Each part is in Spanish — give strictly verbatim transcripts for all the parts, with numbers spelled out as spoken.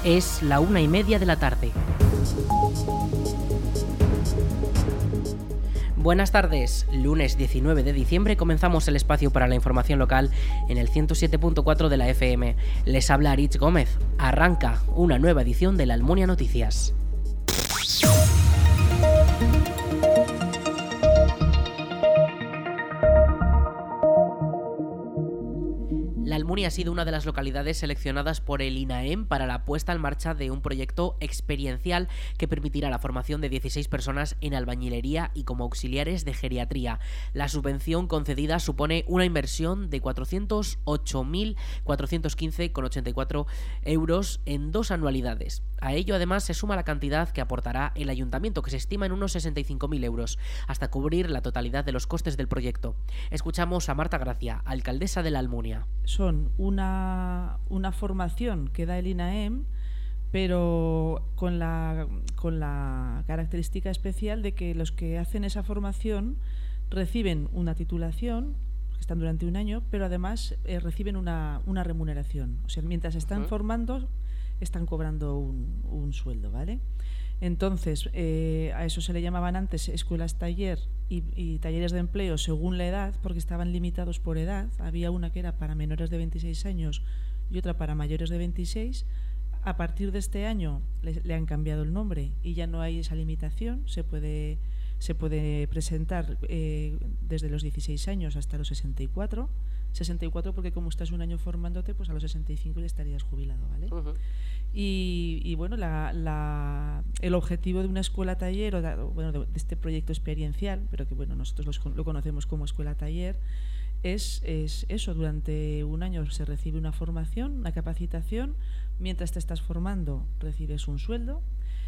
Es la una y media de la tarde. Buenas tardes, lunes diecinueve de diciembre comenzamos el espacio para la información local en el ciento siete punto cuatro de la F M. Les habla Aritz Gómez. Arranca una nueva edición de la Almunia Noticias. La Almunia ha sido una de las localidades seleccionadas por el INAEM para la puesta en marcha de un proyecto experiencial que permitirá la formación de dieciséis personas en albañilería y como auxiliares de geriatría. La subvención concedida supone una inversión de cuatrocientos ocho mil cuatrocientos quince coma ochenta y cuatro euros en dos anualidades. A ello además se suma la cantidad que aportará el ayuntamiento, que se estima en unos sesenta y cinco mil euros, hasta cubrir la totalidad de los costes del proyecto. Escuchamos a Marta Gracia, alcaldesa de la Almunia. Son una, una formación que da el INAEM, pero con la, con la característica especial de que los que hacen esa formación reciben una titulación, que están durante un año, pero además eh, reciben una, una remuneración. O sea, mientras están uh-huh. formando, están cobrando un, un sueldo, ¿vale? Entonces, eh, a eso se le llamaban antes escuelas taller y, y talleres de empleo según la edad, porque estaban limitados por edad. Había una que era para menores de veintiséis años y otra para mayores de veintiséis. A partir de este año le, le han cambiado el nombre y ya no hay esa limitación. Se puede, se puede presentar eh, desde los dieciséis años hasta los sesenta y cuatro. sesenta y cuatro porque como estás un año formándote, pues a los sesenta y cinco ya estarías jubilado, ¿vale? Uh-huh. Y, y bueno, la, la, el objetivo de una escuela taller, o de, bueno, de, de este proyecto experiencial, pero que bueno, nosotros los, lo conocemos como escuela taller, es, es eso, durante un año se recibe una formación, una capacitación, mientras te estás formando recibes un sueldo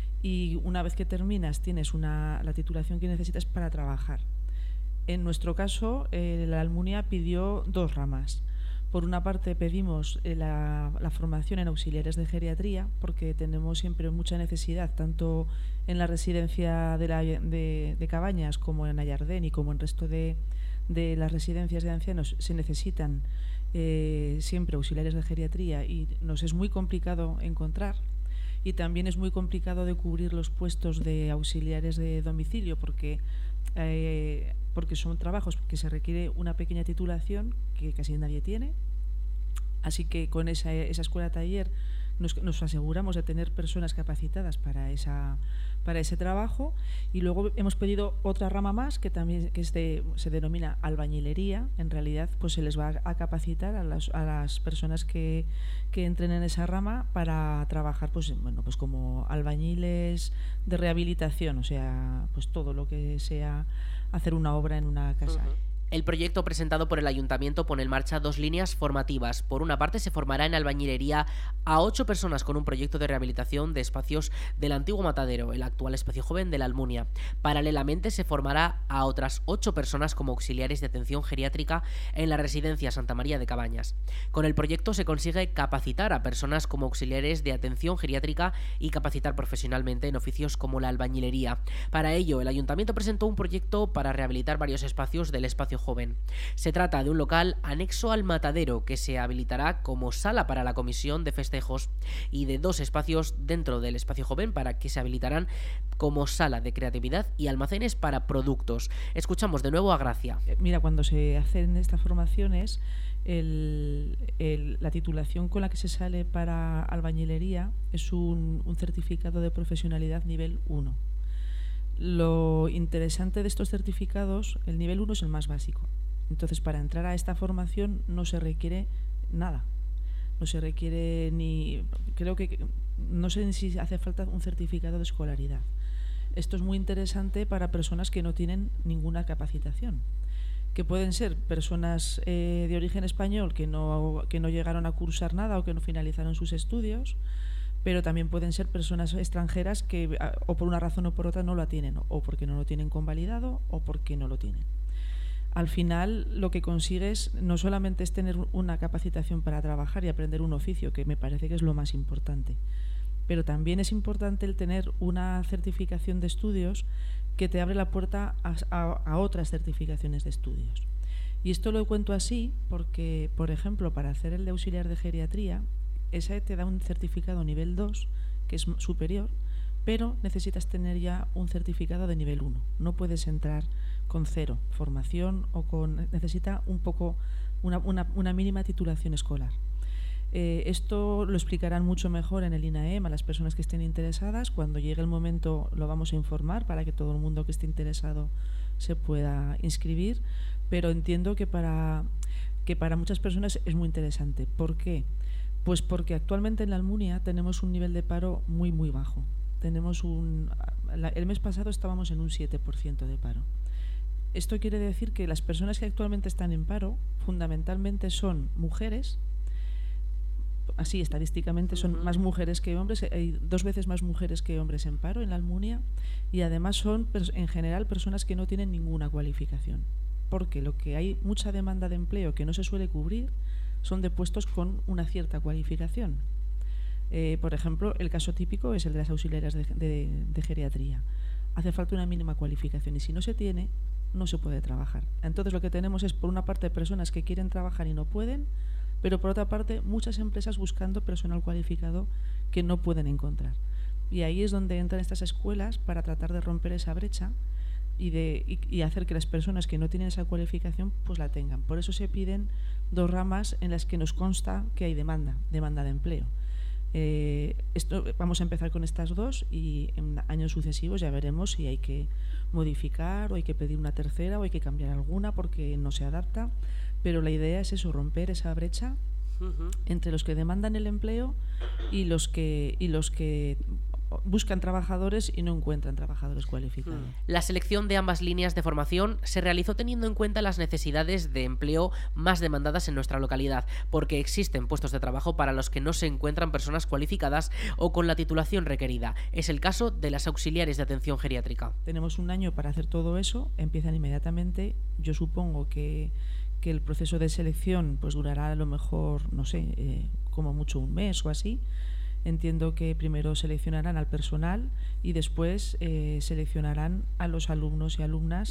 y una vez que terminas tienes una, la titulación que necesitas para trabajar. En nuestro caso, eh, la Almunia pidió dos ramas. Por una parte pedimos eh, la, la formación en auxiliares de geriatría, porque tenemos siempre mucha necesidad, tanto en la residencia de, la, de, de Cabañas como en Ayardén y como en el resto de, de las residencias de ancianos, se necesitan eh, siempre auxiliares de geriatría y nos es muy complicado encontrar. Y también es muy complicado de cubrir los puestos de auxiliares de domicilio, porque... Eh, porque son trabajos que se requiere una pequeña titulación que casi nadie tiene, así que con esa, esa escuela taller nos, nos aseguramos de tener personas capacitadas para, esa, para ese trabajo. Y luego hemos pedido otra rama más que también que es de, se denomina albañilería. En realidad pues se les va a capacitar a las, a las personas que, que entren en esa rama para trabajar pues, bueno, pues como albañiles de rehabilitación, o sea, pues todo lo que sea hacer una obra en una casa. Uh-huh. El proyecto presentado por el Ayuntamiento pone en marcha dos líneas formativas. Por una parte, se formará en albañilería a ocho personas con un proyecto de rehabilitación de espacios del antiguo matadero, el actual espacio joven de la Almunia. Paralelamente, se formará a otras ocho personas como auxiliares de atención geriátrica en la residencia Santa María de Cabañas. Con el proyecto se consigue capacitar a personas como auxiliares de atención geriátrica y capacitar profesionalmente en oficios como la albañilería. Para ello, el Ayuntamiento presentó un proyecto para rehabilitar varios espacios del espacio joven. Se trata de un local anexo al matadero que se habilitará como sala para la comisión de festejos y de dos espacios dentro del espacio joven para que se habilitarán como sala de creatividad y almacenes para productos. Escuchamos de nuevo a Gracia. Mira, cuando se hacen estas formaciones, el, el, la titulación con la que se sale para albañilería es un, un certificado de profesionalidad nivel uno. Lo interesante de estos certificados, el nivel uno es el más básico. Entonces, para entrar a esta formación no se requiere nada. No se requiere ni... Creo que... No sé si hace falta un certificado de escolaridad. Esto es muy interesante para personas que no tienen ninguna capacitación. Que pueden ser personas eh, de origen español que no, que no llegaron a cursar nada o que no finalizaron sus estudios, pero también pueden ser personas extranjeras que o por una razón o por otra no la tienen, o porque no lo tienen convalidado o porque no lo tienen. Al final lo que consigues no solamente es tener una capacitación para trabajar y aprender un oficio, que me parece que es lo más importante, pero también es importante el tener una certificación de estudios que te abre la puerta a, a, a otras certificaciones de estudios. Y esto lo cuento así porque, por ejemplo, para hacer el de auxiliar de geriatría, esa te da un certificado nivel dos, que es superior, pero necesitas tener ya un certificado de nivel uno. No puedes entrar con cero formación o con... Necesita un poco una, una, una mínima titulación escolar. Eh, esto lo explicarán mucho mejor en el INAEM a las personas que estén interesadas. Cuando llegue el momento lo vamos a informar para que todo el mundo que esté interesado se pueda inscribir, pero entiendo que para, que para muchas personas es muy interesante. ¿Por qué? Pues porque actualmente en la Almunia tenemos un nivel de paro muy muy bajo. Tenemos un, el mes pasado estábamos en un siete por ciento de paro. Esto quiere decir que las personas que actualmente están en paro fundamentalmente son mujeres. Así estadísticamente son más mujeres que hombres, hay dos veces más mujeres que hombres en paro en la Almunia, y además son en general personas que no tienen ninguna cualificación, porque lo que hay mucha demanda de empleo que no se suele cubrir son de puestos con una cierta cualificación. Eh, por ejemplo, el caso típico es el de las auxiliares de, de, de geriatría. Hace falta una mínima cualificación y si no se tiene, no se puede trabajar. Entonces lo que tenemos es, por una parte, personas que quieren trabajar y no pueden, pero por otra parte muchas empresas buscando personal cualificado que no pueden encontrar. Y ahí es donde entran estas escuelas para tratar de romper esa brecha y, de, y, y hacer que las personas que no tienen esa cualificación pues la tengan. Por eso se piden dos ramas en las que nos consta que hay demanda, demanda de empleo. Eh, esto, vamos a empezar con estas dos y en años sucesivos ya veremos si hay que modificar o hay que pedir una tercera o hay que cambiar alguna porque no se adapta. Pero la idea es eso, romper esa brecha uh-huh. entre los que demandan el empleo y los que y los que buscan trabajadores y no encuentran trabajadores cualificados. La selección de ambas líneas de formación se realizó teniendo en cuenta las necesidades de empleo más demandadas en nuestra localidad, porque existen puestos de trabajo para los que no se encuentran personas cualificadas o con la titulación requerida. Es el caso de las auxiliares de atención geriátrica. Tenemos un año para hacer todo eso, empiezan inmediatamente. Yo supongo que que el proceso de selección pues durará a lo mejor, no sé, eh, como mucho un mes o así. Entiendo que primero seleccionarán al personal y después eh, seleccionarán a los alumnos y alumnas.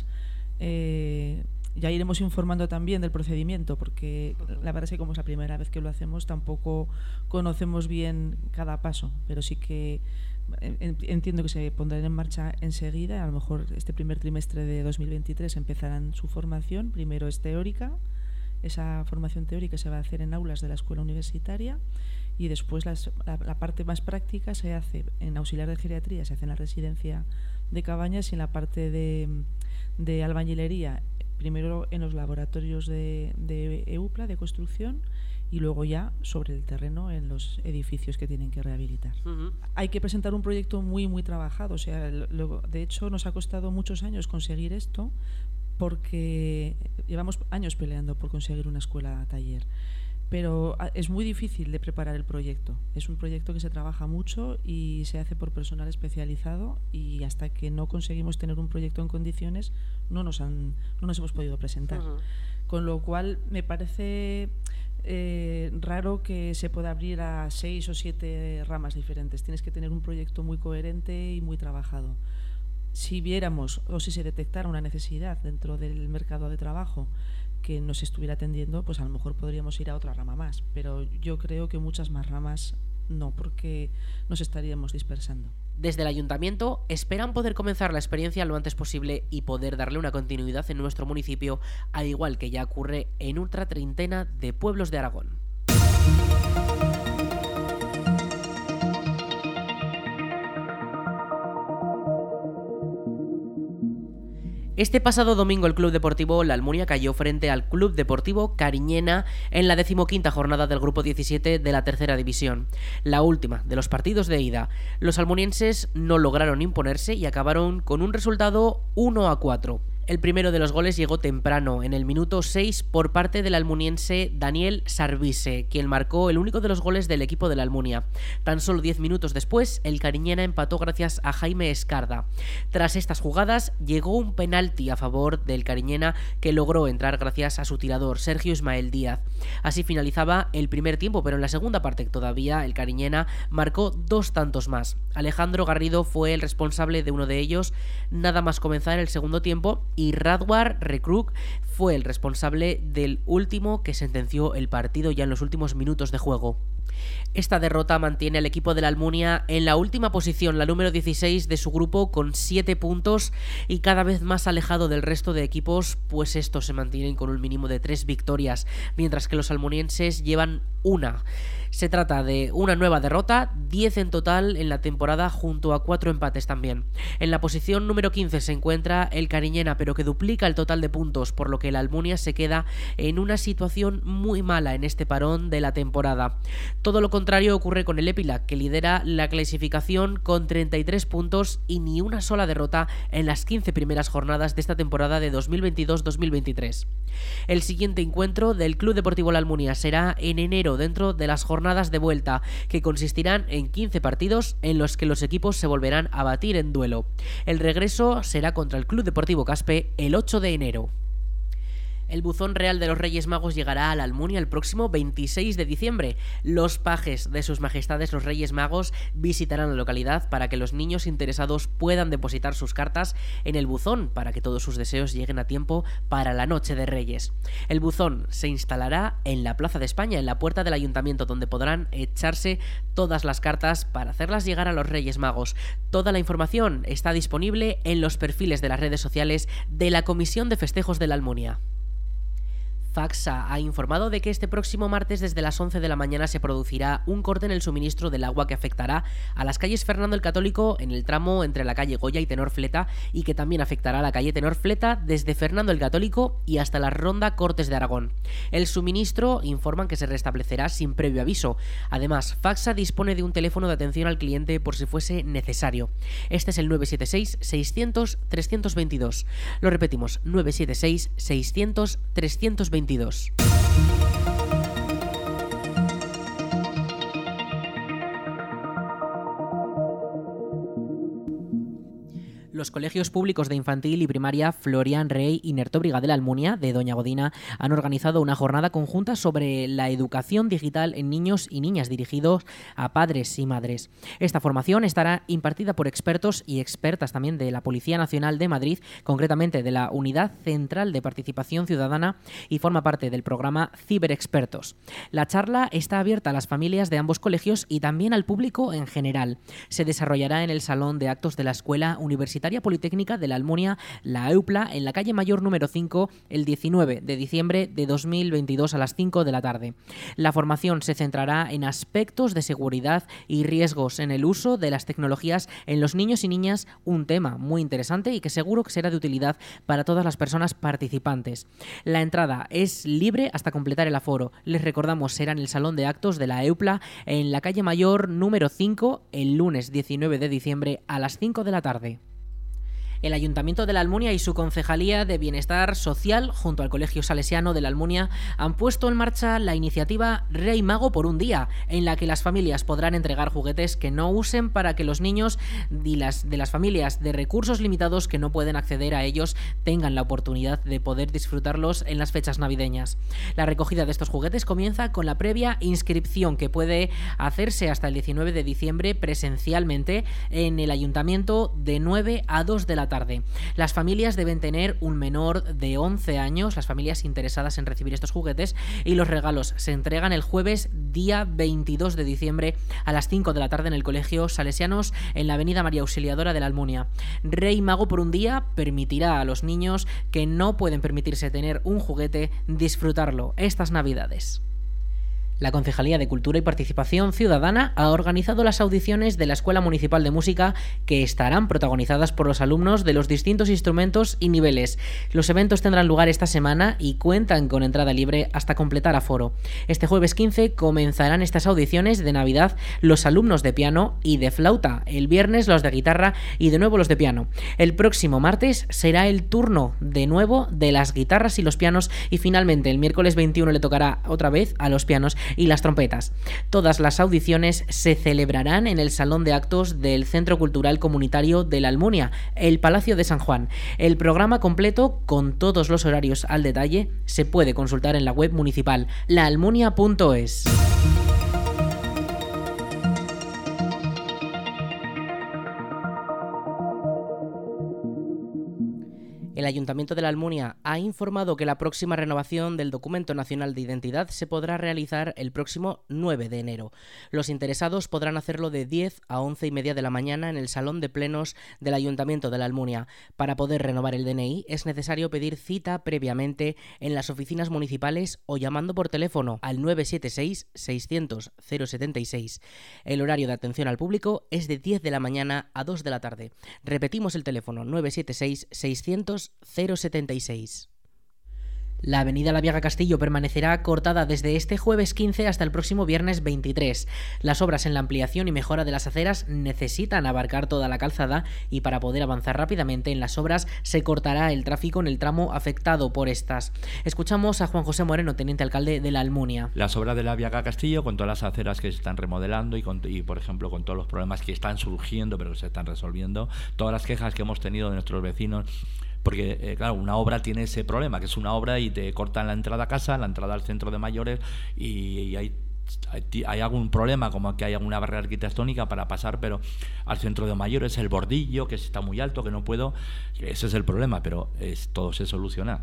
Eh, ya iremos informando también del procedimiento, porque la verdad es que como es la primera vez que lo hacemos tampoco conocemos bien cada paso, pero sí que entiendo que se pondrán en marcha enseguida. A lo mejor este primer trimestre de dos mil veintitrés empezarán su formación. Primero es teórica, esa formación teórica se va a hacer en aulas de la escuela universitaria y después las, la, la parte más práctica se hace en auxiliar de geriatría, se hace en la residencia de Cabañas, y en la parte de, de albañilería primero en los laboratorios de, de EUPLA, de construcción, y luego ya sobre el terreno en los edificios que tienen que rehabilitar. Uh-huh. Hay que presentar un proyecto muy muy trabajado, o sea, lo, de hecho nos ha costado muchos años conseguir esto porque llevamos años peleando por conseguir una escuela taller, pero es muy difícil de preparar el proyecto. Es un proyecto que se trabaja mucho y se hace por personal especializado, y hasta que no conseguimos tener un proyecto en condiciones no nos han no nos hemos podido presentar. Uh-huh. Con lo cual me parece Eh, raro que se pueda abrir a seis o siete ramas diferentes. Tienes que tener un proyecto muy coherente y muy trabajado. Si viéramos o si se detectara una necesidad dentro del mercado de trabajo que nos estuviera atendiendo, pues a lo mejor podríamos ir a otra rama más, pero yo creo que muchas más ramas no, porque nos estaríamos dispersando. Desde el ayuntamiento esperan poder comenzar la experiencia lo antes posible y poder darle una continuidad en nuestro municipio, al igual que ya ocurre en otra treintena de pueblos de Aragón. Este pasado domingo el Club Deportivo La Almunia cayó frente al Club Deportivo Cariñena en la decimoquinta jornada del Grupo diecisiete de la Tercera División, la última de los partidos de ida. Los almunienses no lograron imponerse y acabaron con un resultado uno a cuatro. El primero de los goles llegó temprano, en el minuto seis, por parte del almuniense Daniel Sarvise, quien marcó el único de los goles del equipo de la Almunia. Tan solo diez minutos después, el Cariñena empató gracias a Jaime Escarda. Tras estas jugadas, llegó un penalti a favor del Cariñena que logró entrar gracias a su tirador, Sergio Ismael Díaz. Así finalizaba el primer tiempo, pero en la segunda parte todavía el Cariñena marcó dos tantos más. Alejandro Garrido fue el responsable de uno de ellos, nada más comenzar el segundo tiempo, y Radwar Rekruk fue el responsable del último, que sentenció el partido ya en los últimos minutos de juego. Esta derrota mantiene al equipo de la Almunia en la última posición, la número dieciséis de su grupo, con siete puntos y cada vez más alejado del resto de equipos, pues estos se mantienen con un mínimo de tres victorias, mientras que los almunienses llevan una. Se trata de una nueva derrota, diez en total en la temporada, junto a cuatro empates también. En la posición número quince se encuentra el Cariñena, pero que duplica el total de puntos, por lo que la Almunia se queda en una situación muy mala en este parón de la temporada. Todo lo contrario ocurre con el Épila, que lidera la clasificación con treinta y tres puntos y ni una sola derrota en las quince primeras jornadas de esta temporada de dos mil veintidós dos mil veintitrés. El siguiente encuentro del Club Deportivo La Almunia será en enero, dentro de las jornadas de vuelta, que consistirán en quince partidos en los que los equipos se volverán a batir en duelo. El regreso será contra el Club Deportivo Caspe el ocho de enero. El buzón real de los Reyes Magos llegará a la Almunia el próximo veintiséis de diciembre. Los pajes de sus majestades los Reyes Magos visitarán la localidad para que los niños interesados puedan depositar sus cartas en el buzón, para que todos sus deseos lleguen a tiempo para la Noche de Reyes. El buzón se instalará en la Plaza de España, en la puerta del Ayuntamiento, donde podrán echarse todas las cartas para hacerlas llegar a los Reyes Magos. Toda la información está disponible en los perfiles de las redes sociales de la Comisión de Festejos de la Almunia. Facsa ha informado de que este próximo martes desde las once de la mañana se producirá un corte en el suministro del agua que afectará a las calles Fernando el Católico en el tramo entre la calle Goya y Tenor Fleta, y que también afectará a la calle Tenor Fleta desde Fernando el Católico y hasta la ronda Cortes de Aragón. El suministro informan que se restablecerá sin previo aviso. Además, Facsa dispone de un teléfono de atención al cliente por si fuese necesario. Este es el nueve siete seis seiscientos trescientos veintidós. Lo repetimos, nueve siete seis seiscientos trescientos veintidós. Los colegios públicos de infantil y primaria Florian Rey y Nertóbriga de la Almunia, de Doña Godina, han organizado una jornada conjunta sobre la educación digital en niños y niñas, dirigidos a padres y madres. Esta formación estará impartida por expertos y expertas también de la Policía Nacional de Madrid, concretamente de la Unidad Central de Participación Ciudadana, y forma parte del programa Ciberexpertos. La charla está abierta a las familias de ambos colegios y también al público en general. Se desarrollará en el Salón de Actos de la Escuela Universitaria Politécnica de la Almunia, la EUPLA, en la calle Mayor número cinco, el diecinueve de diciembre de dos mil veintidós a las cinco de la tarde. La formación se centrará en aspectos de seguridad y riesgos en el uso de las tecnologías en los niños y niñas, un tema muy interesante y que seguro que será de utilidad para todas las personas participantes. La entrada es libre hasta completar el aforo. Les recordamos, será en el Salón de Actos de la EUPLA, en la calle Mayor número cinco, el lunes diecinueve de diciembre a las cinco de la tarde. El Ayuntamiento de la Almunia y su Concejalía de Bienestar Social, junto al Colegio Salesiano de la Almunia, han puesto en marcha la iniciativa Rey Mago por un día, en la que las familias podrán entregar juguetes que no usen para que los niños y las de las familias de recursos limitados que no pueden acceder a ellos tengan la oportunidad de poder disfrutarlos en las fechas navideñas. La recogida de estos juguetes comienza con la previa inscripción, que puede hacerse hasta el diecinueve de diciembre presencialmente en el Ayuntamiento de nueve a dos de la tarde. Las familias deben tener un menor de once años, las familias interesadas en recibir estos juguetes, y los regalos se entregan el jueves día veintidós de diciembre a las cinco de la tarde en el Colegio Salesianos, en la avenida María Auxiliadora de la Almunia. Rey Mago por un día permitirá a los niños que no pueden permitirse tener un juguete disfrutarlo estas Navidades. La Concejalía de Cultura y Participación Ciudadana ha organizado las audiciones de la Escuela Municipal de Música, que estarán protagonizadas por los alumnos de los distintos instrumentos y niveles. Los eventos tendrán lugar esta semana y cuentan con entrada libre hasta completar aforo. Este jueves quince comenzarán estas audiciones de Navidad los alumnos de piano y de flauta, el viernes los de guitarra y de nuevo los de piano. El próximo martes será el turno de nuevo de las guitarras y los pianos, y finalmente el miércoles veintiuno le tocará otra vez a los pianos y las trompetas. Todas las audiciones se celebrarán en el Salón de Actos del Centro Cultural Comunitario de la Almunia, el Palacio de San Juan. El programa completo, con todos los horarios al detalle, se puede consultar en la web municipal, la almunia punto es. El Ayuntamiento de la Almunia ha informado que la próxima renovación del Documento Nacional de Identidad se podrá realizar el próximo nueve de enero. Los interesados podrán hacerlo de diez a once y media de la mañana en el Salón de Plenos del Ayuntamiento de la Almunia. Para poder renovar el D N I es necesario pedir cita previamente en las oficinas municipales o llamando por teléfono al nueve siete seis, seiscientos, cero setenta y seis. El horario de atención al público es de diez de la mañana a dos de la tarde. Repetimos el teléfono nueve siete seis, seiscientos, cero setenta y seis. La avenida La Viaga Castillo permanecerá cortada desde este jueves quince hasta el próximo viernes veintitrés. Las obras en la ampliación y mejora de las aceras necesitan abarcar toda la calzada y para poder avanzar rápidamente en las obras se cortará el tráfico en el tramo afectado por estas. Escuchamos a Juan José Moreno, teniente alcalde de la Almunia. Las obras de La Viaga Castillo, con todas las aceras que se están remodelando y, con, y por ejemplo con todos los problemas que están surgiendo pero que se están resolviendo, todas las quejas que hemos tenido de nuestros vecinos. Porque, eh, claro, una obra tiene ese problema, que es una obra y te cortan la entrada a casa, la entrada al centro de mayores y, y hay, hay, hay algún problema, como que hay alguna barrera arquitectónica para pasar, pero al centro de mayores, el bordillo, que está muy alto, que no puedo, ese es el problema, pero es, todo se soluciona.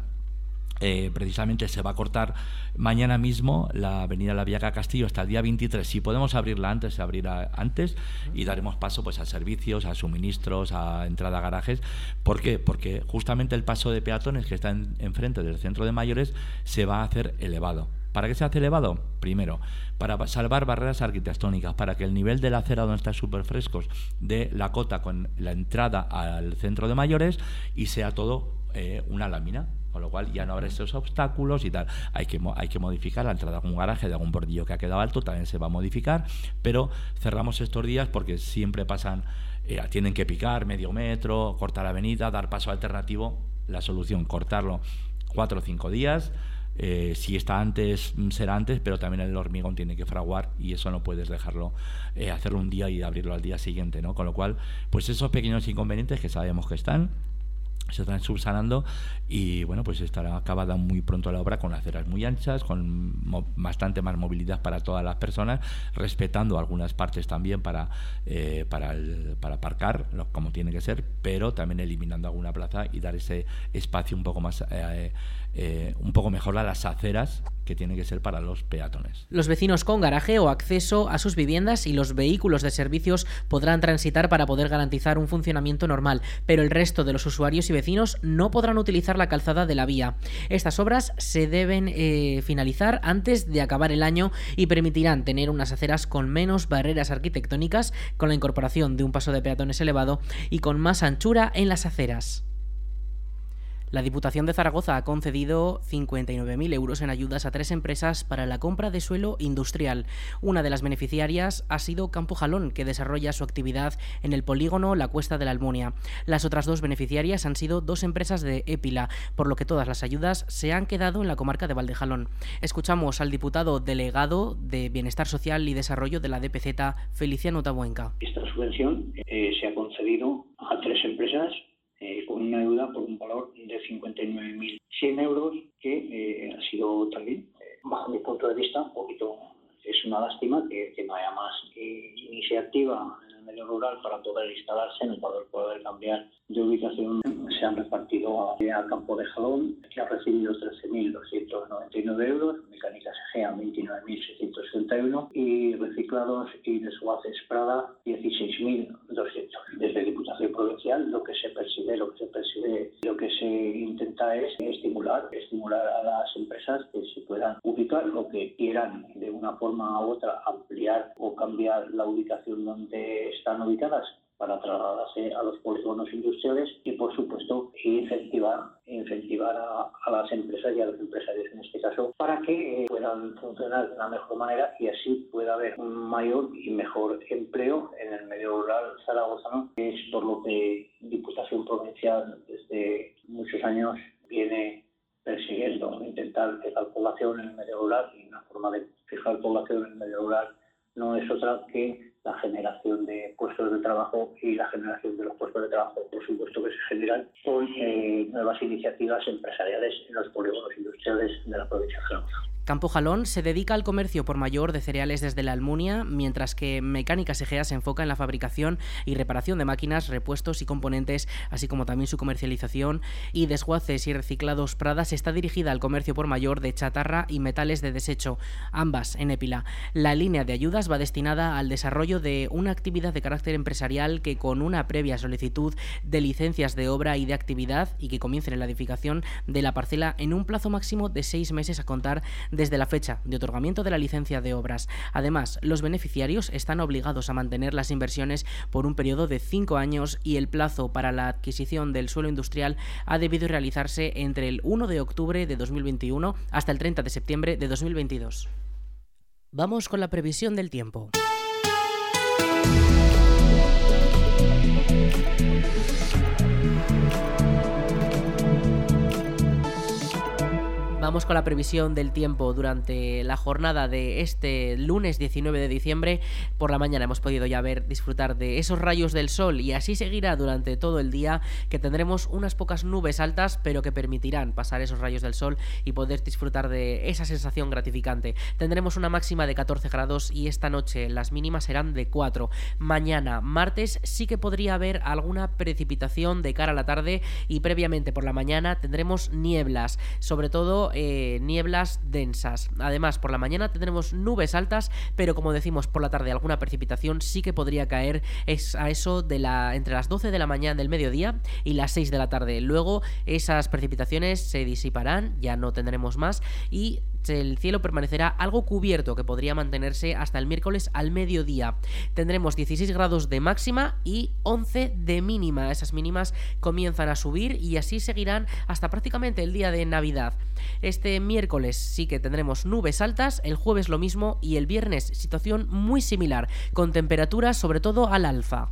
Eh, precisamente se va a cortar mañana mismo la avenida La Viaga Castillo hasta el día veintitrés. Si podemos abrirla antes, se abrirá antes y daremos paso pues a servicios, a suministros, a entrada a garajes. ¿Por qué? Porque justamente el paso de peatones que está en, enfrente del centro de mayores se va a hacer elevado. ¿Para qué se hace elevado? Primero, para salvar barreras arquitectónicas, para que el nivel de la acera donde están súper frescos de la cota con la entrada al centro de mayores y sea todo eh, una lámina. Con lo cual ya no habrá esos obstáculos y tal. Hay que, hay que modificar la entrada de algún garaje, de algún bordillo que ha quedado alto, también se va a modificar, pero cerramos estos días porque siempre pasan, eh, tienen que picar medio metro, cortar la avenida, dar paso alternativo. La solución, cortarlo cuatro o cinco días. Eh, si está antes, será antes, pero también el hormigón tiene que fraguar y eso no puedes dejarlo, eh, hacerlo un día y abrirlo al día siguiente, ¿no? Con lo cual, pues esos pequeños inconvenientes que sabemos que están, se están subsanando y bueno, pues estará acabada muy pronto la obra con aceras muy anchas, con mo- bastante más movilidad para todas las personas, respetando algunas partes también para eh, para, el, para aparcar, lo, como tiene que ser, pero también eliminando alguna plaza y dar ese espacio un poco más eh, eh, un poco mejor a las aceras que tiene que ser para los peatones. Los vecinos con garaje o acceso a sus viviendas y los vehículos de servicios podrán transitar para poder garantizar un funcionamiento normal, pero el resto de los usuarios y vecinos no podrán utilizar la calzada de la vía. Estas obras se deben eh, finalizar antes de acabar el año y permitirán tener unas aceras con menos barreras arquitectónicas, con la incorporación de un paso de peatones elevado y con más anchura en las aceras. La Diputación de Zaragoza ha concedido cincuenta y nueve mil euros en ayudas a tres empresas para la compra de suelo industrial. Una de las beneficiarias ha sido Campo Jalón, que desarrolla su actividad en el polígono La Cuesta de la Almunia. Las otras dos beneficiarias han sido dos empresas de Épila, por lo que todas las ayudas se han quedado en la comarca de Valdejalón. Escuchamos al diputado delegado de Bienestar Social y Desarrollo de la D P Z, Feliciano Tabuenca. Esta subvención eh, se ha concedido a tres empresas Eh, con una ayuda por un valor de cincuenta y nueve mil cien euros, que eh, ha sido también, eh, bajo mi punto de vista, un poquito, es una lástima que, que no haya más eh, iniciativa en el medio rural para poder instalarse, para poder, poder cambiar de ubicación. Se han repartido a, a Campo de Jalón, que ha recibido trece mil doscientos noventa y nueve euros, Mecánicas Egea veintinueve mil seiscientos sesenta y uno y Reciclados y Desguaces Prada dieciséis mil doscientos. Desde Diputación Provincial lo que se persigue, lo que se persigue, lo que se intenta es estimular, estimular a las empresas que se puedan ubicar o que quieran de una forma u otra ampliar o cambiar la ubicación donde están ubicadas para trasladarse a los polígonos industriales y, por supuesto, incentivar, incentivar a, a las empresas y a los empresarios en este caso para que eh, puedan funcionar de la mejor manera y así pueda haber un mayor y mejor empleo en el medio rural zaragozano, que es por lo que Diputación Provincial desde muchos años viene persiguiendo, intentar fijar población en el medio rural, y una forma de fijar población en el medio rural no es otra que la generación de puestos de trabajo, y la generación de los puestos de trabajo, por supuesto, que se generan con eh, nuevas iniciativas empresariales en los polígonos industriales de la provincia de Zaragoza. Campo Jalón se dedica al comercio por mayor de cereales desde la Almunia, mientras que Mecánicas Egea se enfoca en la fabricación y reparación de máquinas, repuestos y componentes, así como también su comercialización. Y Desguaces y Reciclados Pradas está dirigida al comercio por mayor de chatarra y metales de desecho, ambas en Épila. La línea de ayudas va destinada al desarrollo de una actividad de carácter empresarial que, con una previa solicitud de licencias de obra y de actividad, y que comiencen en la edificación de la parcela en un plazo máximo de seis meses a contar desde la fecha de otorgamiento de la licencia de obras. Además, los beneficiarios están obligados a mantener las inversiones por un periodo de cinco años y el plazo para la adquisición del suelo industrial ha debido realizarse entre el uno de octubre de dos mil veintiuno hasta el treinta de septiembre de dos mil veintidós. Vamos con la previsión del tiempo. Vamos con la previsión del tiempo durante la jornada de este lunes diecinueve de diciembre. Por la mañana hemos podido ya ver, disfrutar de esos rayos del sol, y así seguirá durante todo el día, que tendremos unas pocas nubes altas, pero que permitirán pasar esos rayos del sol y poder disfrutar de esa sensación gratificante. Tendremos una máxima de catorce grados y esta noche las mínimas serán de cuatro. Mañana, martes, sí que podría haber alguna precipitación de cara a la tarde, y previamente por la mañana tendremos nieblas, sobre todo Eh, nieblas densas. Además, por la mañana tendremos nubes altas, pero como decimos, por la tarde alguna precipitación sí que podría caer, es a eso de la entre las doce de la mañana del mediodía y las seis de la tarde. Luego esas precipitaciones se disiparán, ya no tendremos más, y el cielo permanecerá algo cubierto, que podría mantenerse hasta el miércoles al mediodía. Tendremos dieciséis grados de máxima y once de mínima. Esas mínimas comienzan a subir y así seguirán hasta prácticamente el día de Navidad. Este miércoles sí que tendremos nubes altas, el jueves lo mismo, y el viernes situación muy similar, con temperaturas sobre todo al alza.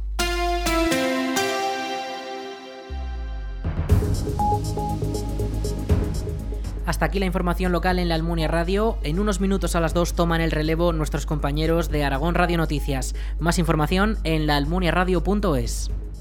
Hasta aquí la información local en la Almunia Radio. En unos minutos a las dos toman el relevo nuestros compañeros de Aragón Radio Noticias. Más información en la almuniaradio punto es.